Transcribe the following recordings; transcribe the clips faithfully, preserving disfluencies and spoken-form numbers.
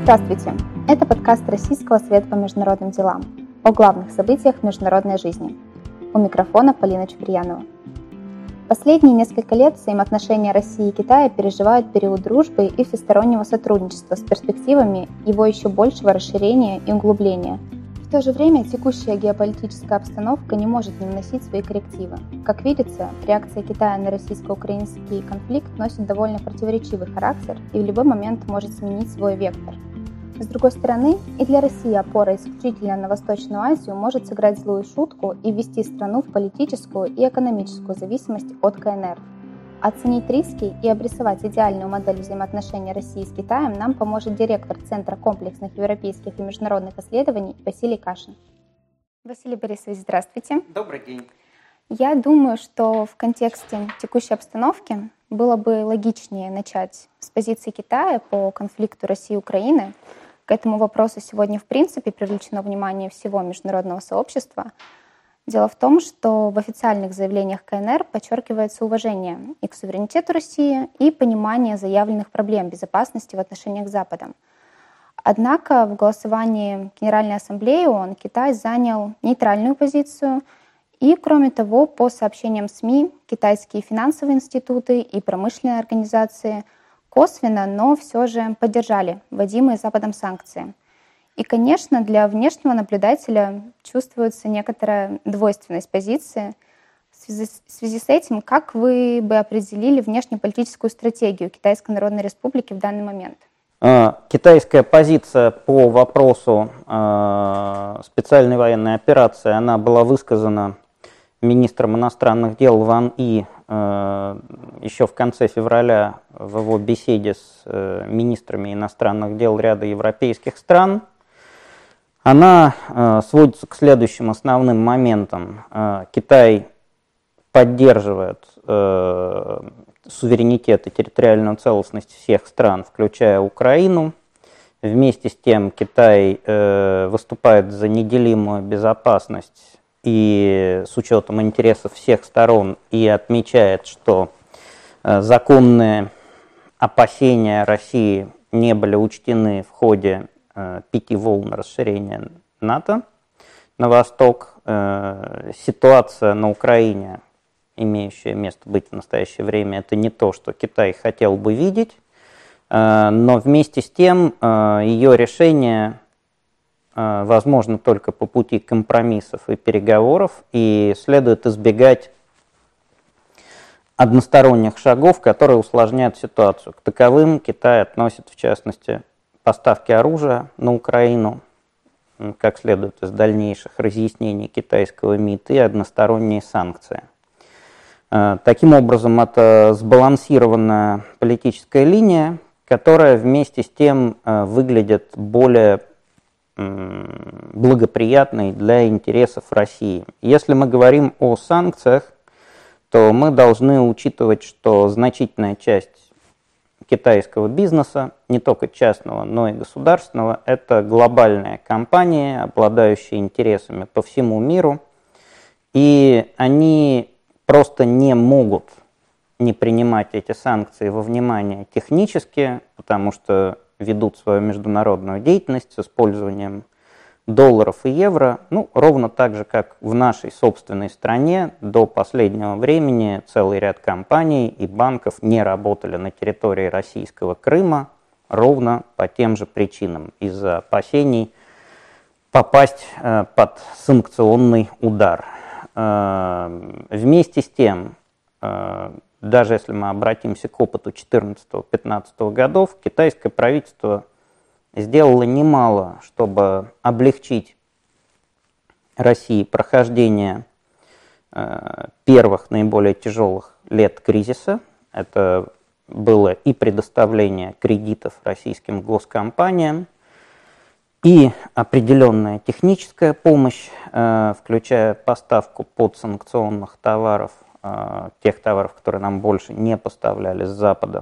Здравствуйте! Это подкаст Российского совета по международным делам о главных событиях международной жизни. У микрофона Полина Чуприянова. Последние несколько лет взаимоотношения России и Китая переживают период дружбы и всестороннего сотрудничества с перспективами его еще большего расширения и углубления. В то же время текущая геополитическая обстановка не может не вносить свои коррективы. Как видится, реакция Китая на российско-украинский конфликт носит довольно противоречивый характер и в любой момент может сменить свой вектор. С другой стороны, и для России опора исключительно на Восточную Азию может сыграть злую шутку и ввести страну в политическую и экономическую зависимость от КНР. Оценить риски и обрисовать идеальную модель взаимоотношений России с Китаем нам поможет директор Центра комплексных европейских и международных исследований Василий Кашин. Василий Борисович, здравствуйте. Добрый день. Я думаю, что в контексте текущей обстановки было бы логичнее начать с позиции Китая по конфликту России и Украины. К этому вопросу сегодня в принципе привлечено внимание всего международного сообщества. Дело в том, что в официальных заявлениях КНР подчеркивается уважение и к суверенитету России, и понимание заявленных проблем безопасности в отношениях с Западом. Однако в голосовании Генеральной Ассамблеи ООН Китай занял нейтральную позицию, и, кроме того, по сообщениям СМИ, китайские финансовые институты и промышленные организации косвенно, но все же поддержали вводимые Западом санкции. И, конечно, для внешнего наблюдателя чувствуется некоторая двойственность позиции. В связи, в связи с этим, как вы бы определили внешнеполитическую стратегию Китайской Народной Республики в данный момент? Китайская позиция по вопросу э, специальной военной операции, она была высказана министром иностранных дел Ван И э, еще в конце февраля в его беседе с э, министрами иностранных дел ряда европейских стран. Она э, сводится к следующим основным моментам. Э, Китай поддерживает э, суверенитет и территориальную целостность всех стран, включая Украину. Вместе с тем Китай э, выступает за неделимую безопасность и с учетом интересов всех сторон и отмечает, что э, законные опасения России не были учтены в ходе пяти волн расширения НАТО на восток. Ситуация на Украине, имеющая место быть в настоящее время, это не то, что Китай хотел бы видеть, но вместе с тем ее решение возможно только по пути компромиссов и переговоров, и следует избегать односторонних шагов, которые усложняют ситуацию. К таковым Китай относит, в частности, поставки оружия на Украину, как следует из дальнейших разъяснений китайского МИД, и односторонние санкции. Таким образом, это сбалансированная политическая линия, которая вместе с тем выглядит более благоприятной для интересов России. Если мы говорим о санкциях, то мы должны учитывать, что значительная часть китайского бизнеса, не только частного, но и государственного, это глобальные компании, обладающие интересами по всему миру, и они просто не могут не принимать эти санкции во внимание технически, потому что ведут свою международную деятельность с использованием долларов и евро, ну, ровно так же, как в нашей собственной стране до последнего времени целый ряд компаний и банков не работали на территории российского Крыма ровно по тем же причинам, из-за опасений попасть э, под санкционный удар. Э, вместе с тем, э, даже если мы обратимся к опыту две тысячи четырнадцатого-пятнадцатого годов, китайское правительство сделала немало, чтобы облегчить России прохождение э, первых наиболее тяжелых лет кризиса. Это было и предоставление кредитов российским госкомпаниям, и определенная техническая помощь, э, включая поставку подсанкционных товаров, э, тех товаров, которые нам больше не поставляли с Запада.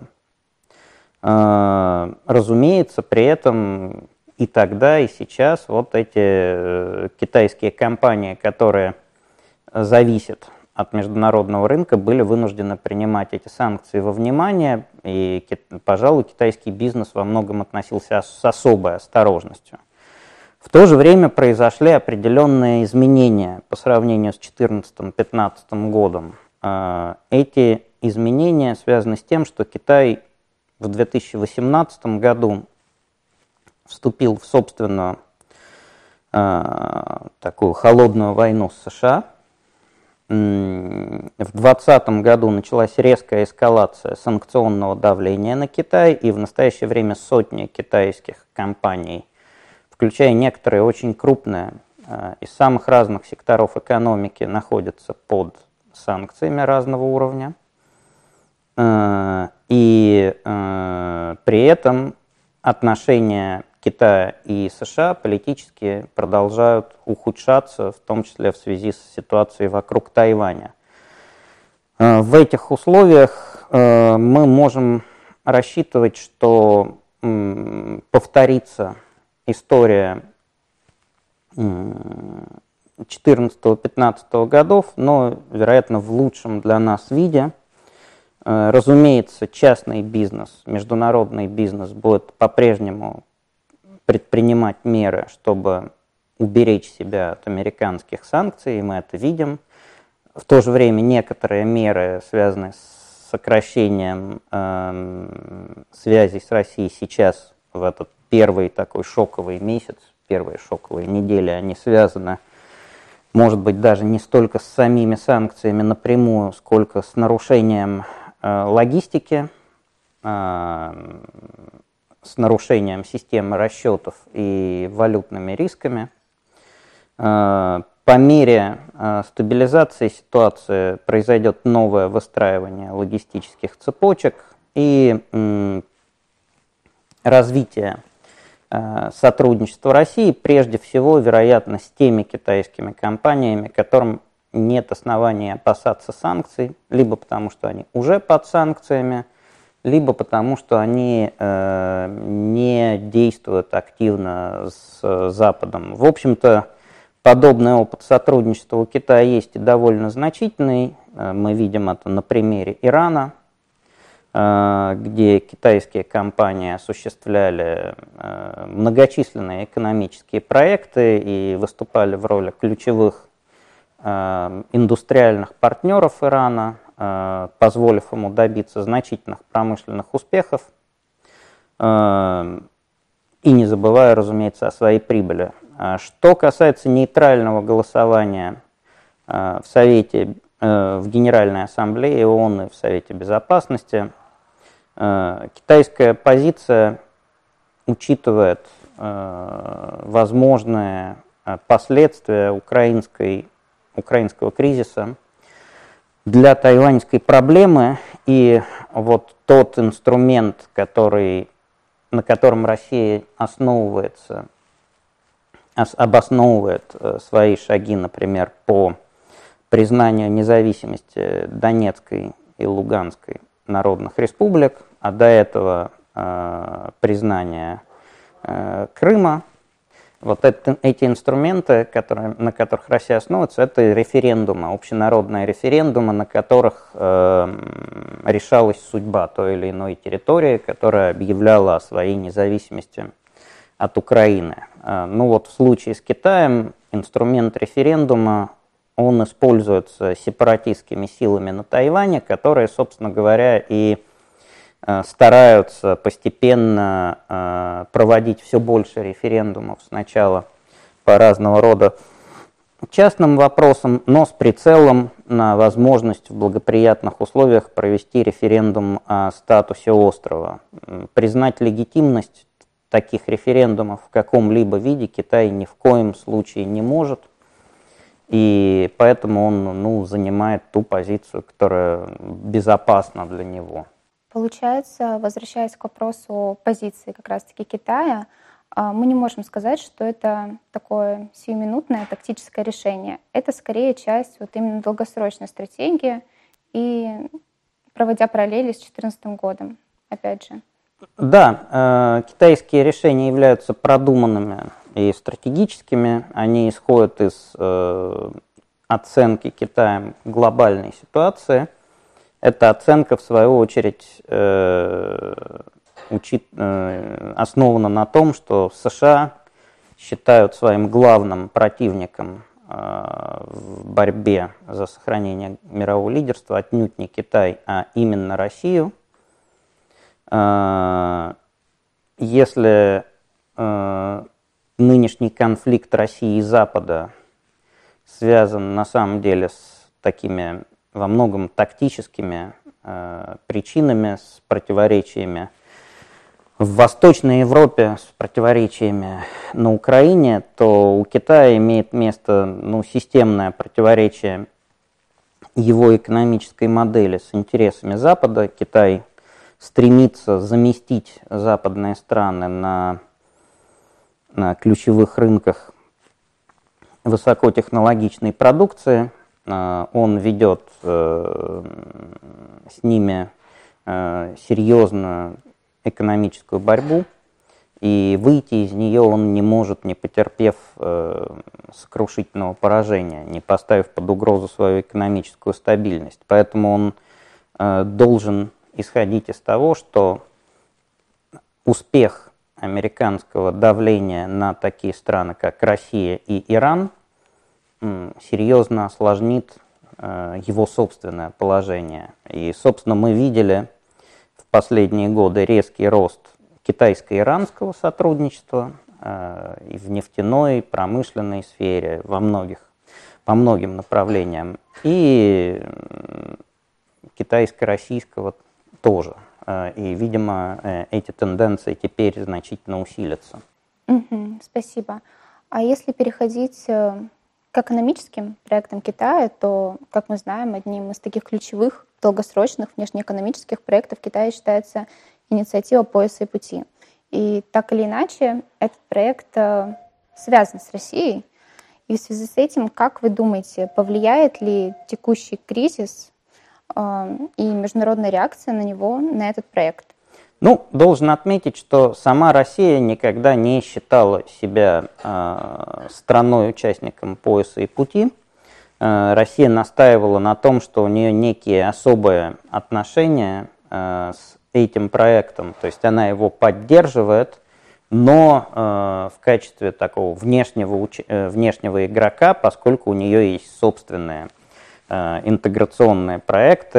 Разумеется, при этом и тогда, и сейчас вот эти китайские компании, которые зависят от международного рынка были вынуждены принимать эти санкции во внимание, и, пожалуй, китайский бизнес во многом относился с особой осторожностью. В то же время произошли определенные изменения по сравнению с две тысячи четырнадцатым-пятнадцатым годом. Эти изменения связаны с тем, что Китай в две тысячи восемнадцатом году вступил в собственную такую холодную войну с США. В две тысячи двадцатом году началась резкая эскалация санкционного давления на Китай, и в настоящее время сотни китайских компаний, включая некоторые очень крупные, из самых разных секторов экономики, находятся под санкциями разного уровня. И при этом отношения Китая и США политически продолжают ухудшаться, в том числе в связи с ситуацией вокруг Тайваня. В этих условиях мы можем рассчитывать, что повторится история четырнадцатого-пятнадцатого годов, но, вероятно, в лучшем для нас виде. Разумеется, частный бизнес, международный бизнес будет по-прежнему предпринимать меры, чтобы уберечь себя от американских санкций, и мы это видим. В то же время некоторые меры, связанные с сокращением э, связей с Россией сейчас, в этот первый такой шоковый месяц, первые шоковые недели, они связаны, может быть, даже не столько с самими санкциями напрямую, сколько с нарушением э, логистики, э, с нарушением системы расчетов и валютными рисками. По мере стабилизации ситуации произойдет новое выстраивание логистических цепочек и развитие сотрудничества России, прежде всего, вероятно, с теми китайскими компаниями, которым нет оснований опасаться санкций, либо потому что они уже под санкциями, либо потому, что они э, не действуют активно с Западом. В общем-то, подобный опыт сотрудничества у Китая есть и довольно значительный. Мы видим это на примере Ирана, э, где китайские компании осуществляли э, многочисленные экономические проекты и выступали в роли ключевых э, индустриальных партнеров Ирана, позволив ему добиться значительных промышленных успехов, и не забывая, разумеется, о своей прибыли. Что касается нейтрального голосования в Совете, в Генеральной Ассамблее ООН и в Совете Безопасности, китайская позиция учитывает возможные последствия украинской, украинского кризиса для тайваньской проблемы, и вот тот инструмент, который, на котором Россия основывается, обосновывает свои шаги, например, по признанию независимости Донецкой и Луганской народных республик, а до этого э, признание э, Крыма. Вот это, эти инструменты, которые, на которых Россия основывается, это референдумы, общенародные референдумы, на которых э, решалась судьба той или иной территории, которая объявляла о своей независимости от Украины. Э, ну вот в случае с Китаем инструмент референдума, он используется сепаратистскими силами на Тайване, которые, собственно говоря, и стараются постепенно э, проводить все больше референдумов сначала по разного рода частным вопросам, но с прицелом на возможность в благоприятных условиях провести референдум о статусе острова. Признать легитимность таких референдумов в каком-либо виде Китай ни в коем случае не может, и поэтому он ну, занимает ту позицию, которая безопасна для него. Получается, возвращаясь к вопросу позиции как раз-таки Китая, мы не можем сказать, что это такое сиюминутное тактическое решение. Это скорее часть вот именно долгосрочной стратегии и проводя параллели с две тысячи четырнадцатым годом, опять же. Да, китайские решения являются продуманными и стратегическими. Они исходят из оценки Китаем глобальной ситуации, эта оценка, в свою очередь, э, учит, э, основана на том, что США считают своим главным противником э, в борьбе за сохранение мирового лидерства отнюдь не Китай, а именно Россию. Э, если э, нынешний конфликт России и Запада связан на самом деле с такими во многом тактическими э, причинами, с противоречиями в Восточной Европе, с противоречиями на Украине, то у Китая имеет место ну, системное противоречие его экономической модели с интересами Запада. Китай стремится заместить западные страны на, на ключевых рынках высокотехнологичной продукции. Он ведет э, с ними э, серьезную экономическую борьбу, и выйти из нее он не может, не потерпев э, сокрушительного поражения, не поставив под угрозу свою экономическую стабильность. Поэтому он э, должен исходить из того, что успех американского давления на такие страны, как Россия и Иран, серьезно осложнит э, его собственное положение. И, собственно, мы видели в последние годы резкий рост китайско-иранского сотрудничества э, и в нефтяной, промышленной сфере, во многих, по многим направлениям, и китайско-российского тоже. Э, и, видимо, э, эти тенденции теперь значительно усилятся. Угу, спасибо. А если переходить к экономическим проектам Китая, то, как мы знаем, одним из таких ключевых долгосрочных внешнеэкономических проектов Китая считается инициатива «Пояса и пути». И так или иначе, этот проект связан с Россией. И в связи с этим, как вы думаете, повлияет ли текущий кризис и международная реакция на него, на этот проект? Ну, должен отметить, что сама Россия никогда не считала себя э, страной-участником «Пояса и пути». Э, Россия настаивала на том, что у нее некие особые отношения э, с этим проектом, то есть она его поддерживает, но э, в качестве такого внешнего, уч... э, внешнего игрока, поскольку у нее есть собственные интеграционные проекты,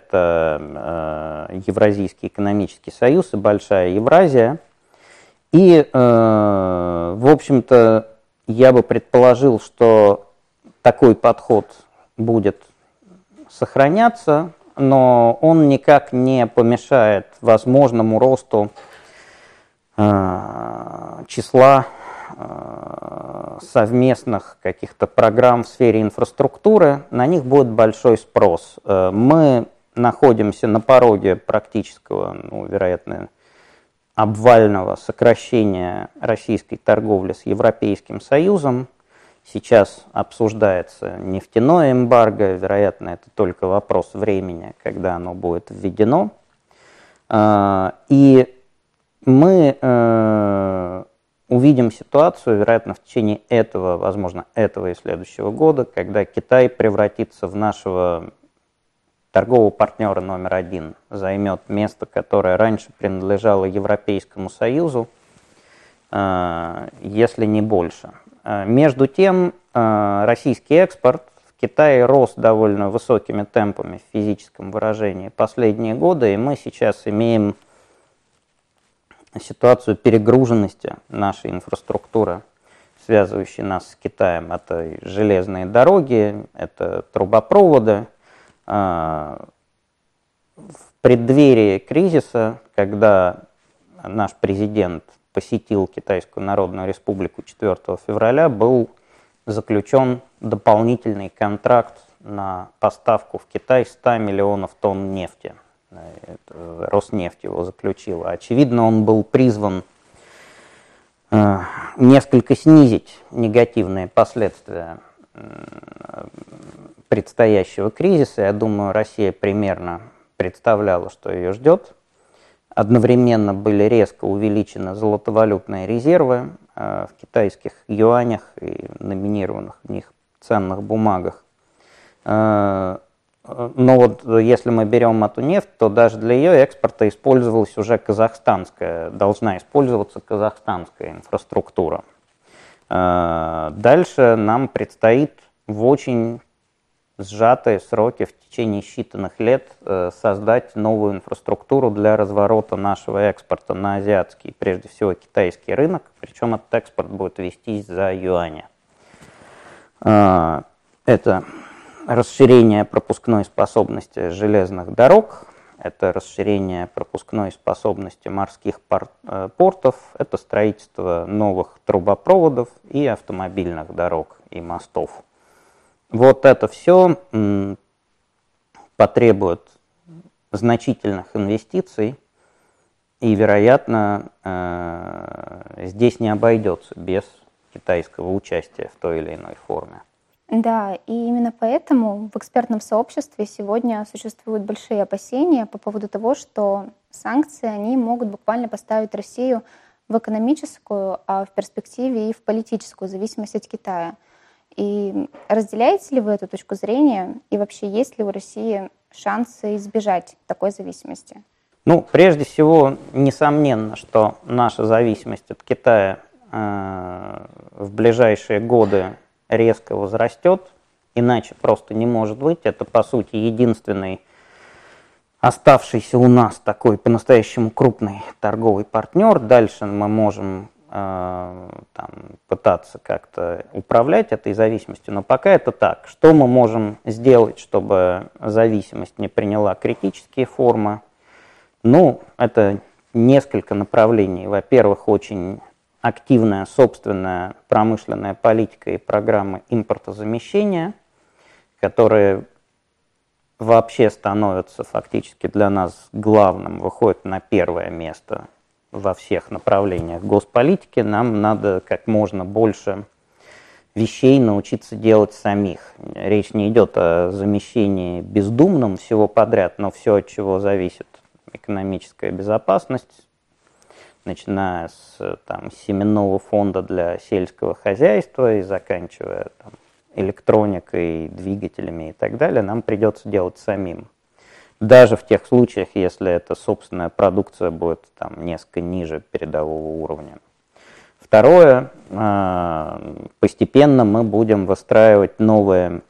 это э, Евразийский экономический союз и Большая Евразия. И, э, в общем-то, я бы предположил, что такой подход будет сохраняться, но он никак не помешает возможному росту э, числа совместных каких-то программ в сфере инфраструктуры, на них будет большой спрос. Мы находимся на пороге практического, ну, вероятно, обвального сокращения российской торговли с Европейским Союзом. Сейчас обсуждается нефтяное эмбарго, вероятно, это только вопрос времени, когда оно будет введено. И мы увидим ситуацию, вероятно, в течение этого, возможно, этого и следующего года, когда Китай превратится в нашего торгового партнера номер один, займет место, которое раньше принадлежало Европейскому Союзу, если не больше. Между тем, российский экспорт в Китае рос довольно высокими темпами в физическом выражении последние годы, и мы сейчас имеем ситуацию перегруженности нашей инфраструктуры, связывающей нас с Китаем. Это железные дороги, это трубопроводы. В преддверии кризиса, когда наш президент посетил Китайскую Народную Республику четвёртого февраля, был заключен дополнительный контракт на поставку в Китай ста миллионов тонн нефти. Это Роснефть его заключила. Очевидно, он был призван э, несколько снизить негативные последствия э, предстоящего кризиса. Я думаю, Россия примерно представляла, что ее ждет. Одновременно были резко увеличены золотовалютные резервы э, в китайских юанях и номинированных в них ценных бумагах. Но вот если мы берем эту нефть, то даже для ее экспорта использовалась уже казахстанская, должна использоваться казахстанская инфраструктура. Дальше нам предстоит в очень сжатые сроки в течение считанных лет создать новую инфраструктуру для разворота нашего экспорта на азиатский, прежде всего китайский рынок, причем этот экспорт будет вестись за юани. Это расширение пропускной способности железных дорог, это расширение пропускной способности морских портов, это строительство новых трубопроводов и автомобильных дорог и мостов. Вот это все потребует значительных инвестиций, и, вероятно, здесь не обойдется без китайского участия в той или иной форме. Да, и именно поэтому в экспертном сообществе сегодня существуют большие опасения по поводу того, что санкции, они могут буквально поставить Россию в экономическую, а в перспективе и в политическую зависимость от Китая. И разделяете ли вы эту точку зрения? И вообще есть ли у России шансы избежать такой зависимости? Ну, прежде всего, несомненно, что наша зависимость от Китая э, в ближайшие годы резко возрастет, иначе просто не может быть. Это, по сути, единственный оставшийся у нас такой по-настоящему крупный торговый партнер. Дальше мы можем э, там, пытаться как-то управлять этой зависимостью, но пока это так. Что мы можем сделать, чтобы зависимость не приняла критические формы? Ну, это несколько направлений. Во-первых, очень активная собственная промышленная политика и программы импортозамещения, которые вообще становятся фактически для нас главным, выходят на первое место во всех направлениях госполитики. Нам надо как можно больше вещей научиться делать самих. Речь не идет о замещении бездумном всего подряд, но все, от чего зависит экономическая безопасность, начиная с там, семенного фонда для сельского хозяйства и заканчивая там, электроникой, двигателями и так далее, нам придется делать самим. Даже в тех случаях, если эта собственная продукция будет там, несколько ниже передового уровня. Второе, постепенно мы будем выстраивать новые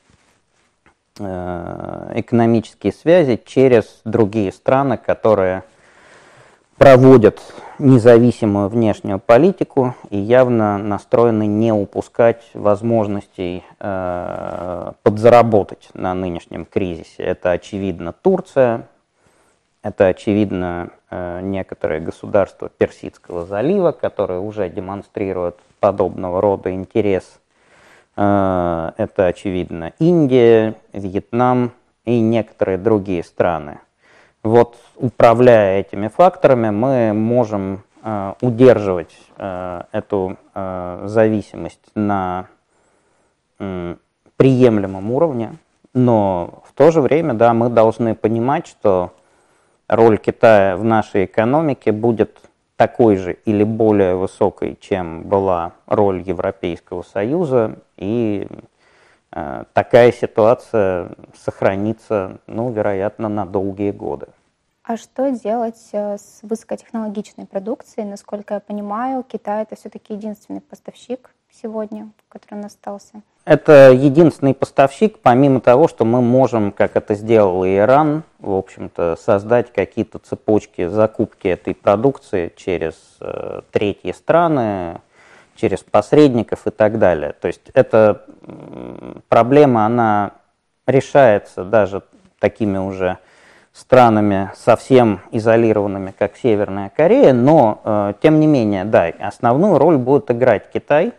экономические связи через другие страны, которые проводят независимую внешнюю политику и явно настроены не упускать возможностей э, подзаработать на нынешнем кризисе. Это, очевидно, Турция, это, очевидно, э, некоторые государства Персидского залива, которые уже демонстрируют подобного рода интерес. Э, это, очевидно, Индия, Вьетнам и некоторые другие страны. Вот, управляя этими факторами, мы можем э, удерживать э, эту э, зависимость на э, приемлемом уровне, но в то же время, да, мы должны понимать, что роль Китая в нашей экономике будет такой же или более высокой, чем была роль Европейского Союза, и э, такая ситуация сохранится, ну, вероятно, на долгие годы. А что делать с высокотехнологичной продукцией? Насколько я понимаю, Китай — это все-таки единственный поставщик сегодня, который у нас остался. Это единственный поставщик, помимо того, что мы можем, как это сделал и Иран, в общем-то, создать какие-то цепочки закупки этой продукции через э, третьи страны, через посредников и так далее. То есть эта проблема, она решается даже такими уже странами совсем изолированными, как Северная Корея, но, э, тем не менее, да, основную роль будет играть Китай.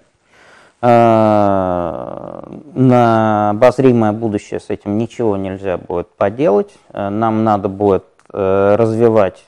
Э, на обозримое будущее с этим ничего нельзя будет поделать. Э, нам надо будет э, развивать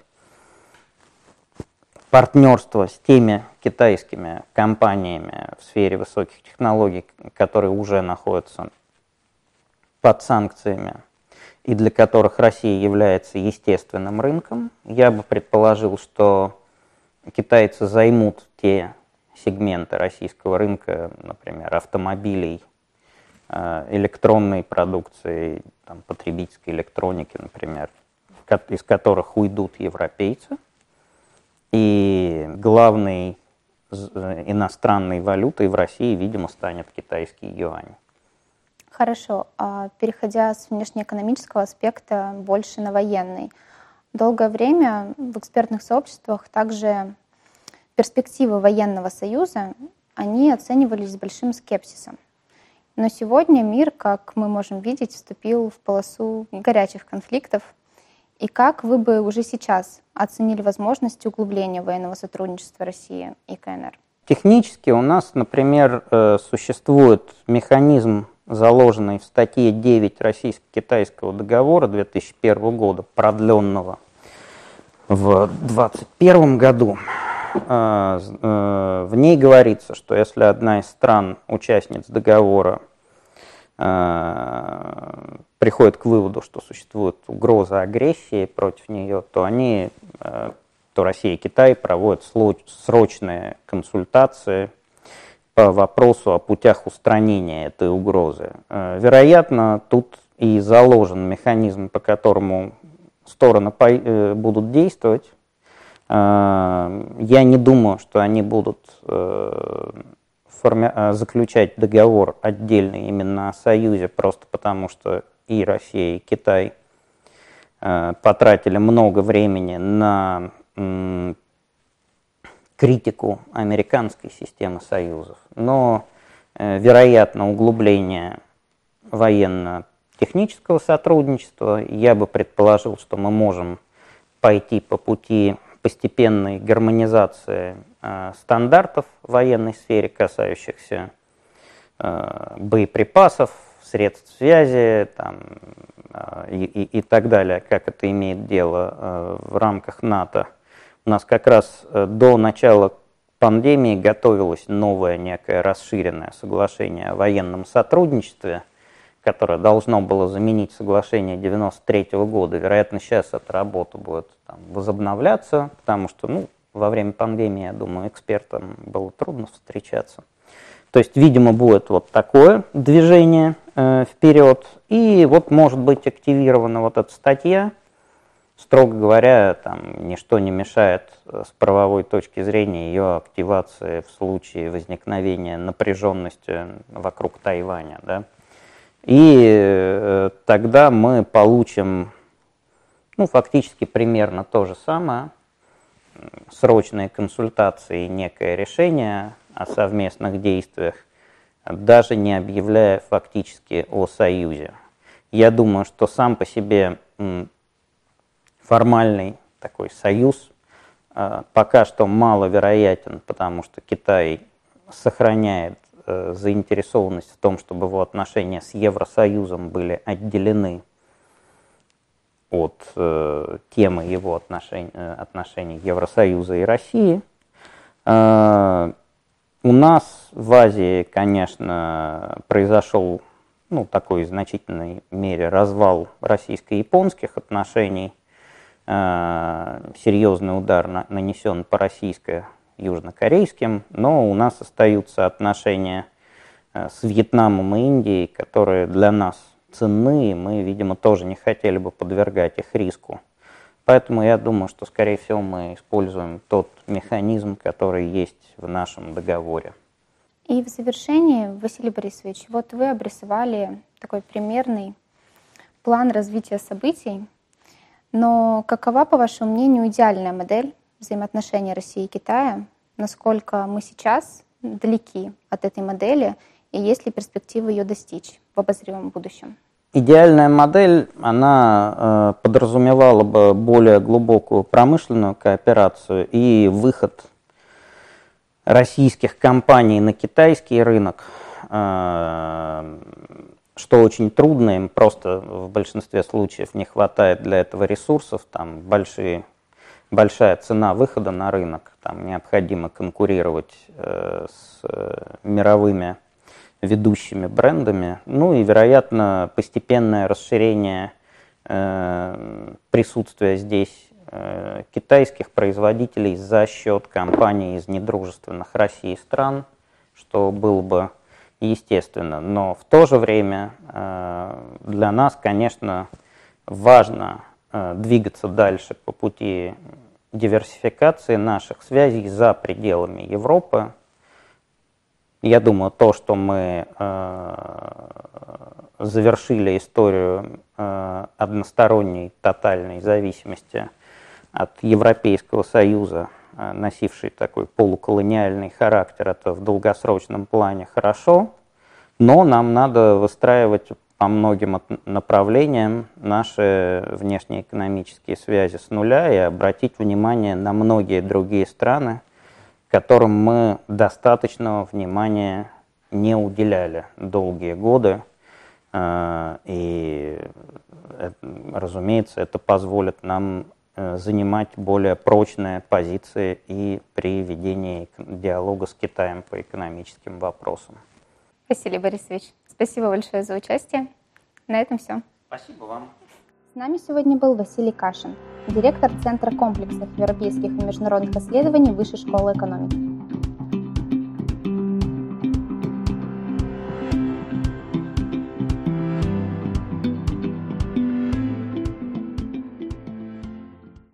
партнерство с теми китайскими компаниями в сфере высоких технологий, которые уже находятся под санкциями, и для которых Россия является естественным рынком. Я бы предположил, что китайцы займут те сегменты российского рынка, например, автомобилей электронной продукции, там, потребительской электроники, например, из которых уйдут европейцы, и главной иностранной валютой в России, видимо, станет китайский юань. Хорошо. А переходя с внешнеэкономического аспекта больше на военный. Долгое время в экспертных сообществах также перспективы военного союза, они оценивались с большим скепсисом. Но сегодня мир, как мы можем видеть, вступил в полосу горячих конфликтов. И как вы бы уже сейчас оценили возможности углубления военного сотрудничества России и КНР? Технически у нас, например, существует механизм, заложенный в статье девять Российско-Китайского договора две тысячи первого года, продленного в две тысячи двадцать первом году. В ней говорится, что если одна из стран-участниц договора приходит к выводу, что существует угроза агрессии против нее, то они, то Россия и Китай проводят срочные консультации по вопросу о путях устранения этой угрозы. Вероятно, тут и заложен механизм, по которому стороны будут действовать. Я не думаю, что они будут заключать договор отдельный именно о союзе, просто потому что и Россия, и Китай потратили много времени на критику американской системы союзов. Но, вероятно, углубление военно-технического сотрудничества, я бы предположил, что мы можем пойти по пути постепенной гармонизации э, стандартов в военной сфере, касающихся э, боеприпасов, средств связи там, э, и, и, и так далее, как это имеет дело э, в рамках НАТО. У нас как раз э, до начала пандемии готовилось новое некое расширенное соглашение о военном сотрудничестве, которое должно было заменить соглашение девяносто третьего года. Вероятно, сейчас эта работа будет там возобновляться, потому что ну, во время пандемии, я думаю, экспертам было трудно встречаться. То есть, видимо, будет вот такое движение э, вперед, и вот может быть активирована вот эта статья. Строго говоря, там ничто не мешает с правовой точки зрения ее активации в случае возникновения напряженности вокруг Тайваня, да. И э, тогда мы получим, ну, фактически примерно то же самое, срочные консультации и некое решение о совместных действиях, даже не объявляя фактически о союзе. Я думаю, что сам по себе м, формальный такой союз э, пока что маловероятен, потому что Китай сохраняет заинтересованность в том, чтобы его отношения с Евросоюзом были отделены от э, темы его отношений, отношений Евросоюза и России. Э, у нас в Азии, конечно, произошел ну, такой в значительной мере развал российско-японских отношений. Э, серьезный удар на, нанесен по российско южнокорейским, но у нас остаются отношения с Вьетнамом и Индией, которые для нас ценны, и мы, видимо, тоже не хотели бы подвергать их риску. Поэтому я думаю, что, скорее всего, мы используем тот механизм, который есть в нашем договоре. И в завершении, Василий Борисович, вот вы обрисовали такой примерный план развития событий, но какова, по вашему мнению, идеальная модель взаимоотношений России и Китая, насколько мы сейчас далеки от этой модели и есть ли перспективы ее достичь в обозримом будущем? Идеальная модель, она э, подразумевала бы более глубокую промышленную кооперацию и выход российских компаний на китайский рынок, э, что очень трудно, им просто в большинстве случаев не хватает для этого ресурсов, там большие большая цена выхода на рынок, там необходимо конкурировать э, с э, мировыми ведущими брендами, ну и, вероятно, постепенное расширение э, присутствия здесь э, китайских производителей за счет компаний из недружественных России стран, что было бы естественно. Но в то же время для нас, конечно, важно двигаться дальше по пути диверсификации наших связей за пределами Европы. Я думаю, то, что мы завершили историю односторонней тотальной зависимости от Европейского Союза, носивший такой полуколониальный характер, это в долгосрочном плане хорошо, но нам надо выстраивать по многим направлениям наши внешнеэкономические связи с нуля и обратить внимание на многие другие страны, которым мы достаточного внимания не уделяли долгие годы. И, разумеется, это позволит нам занимать более прочные позиции и при ведении диалога с Китаем по экономическим вопросам. Василий Борисович, спасибо большое за участие. На этом все. Спасибо вам. С нами сегодня был Василий Кашин, директор Центра комплексных европейских и международных исследований Высшей школы экономики.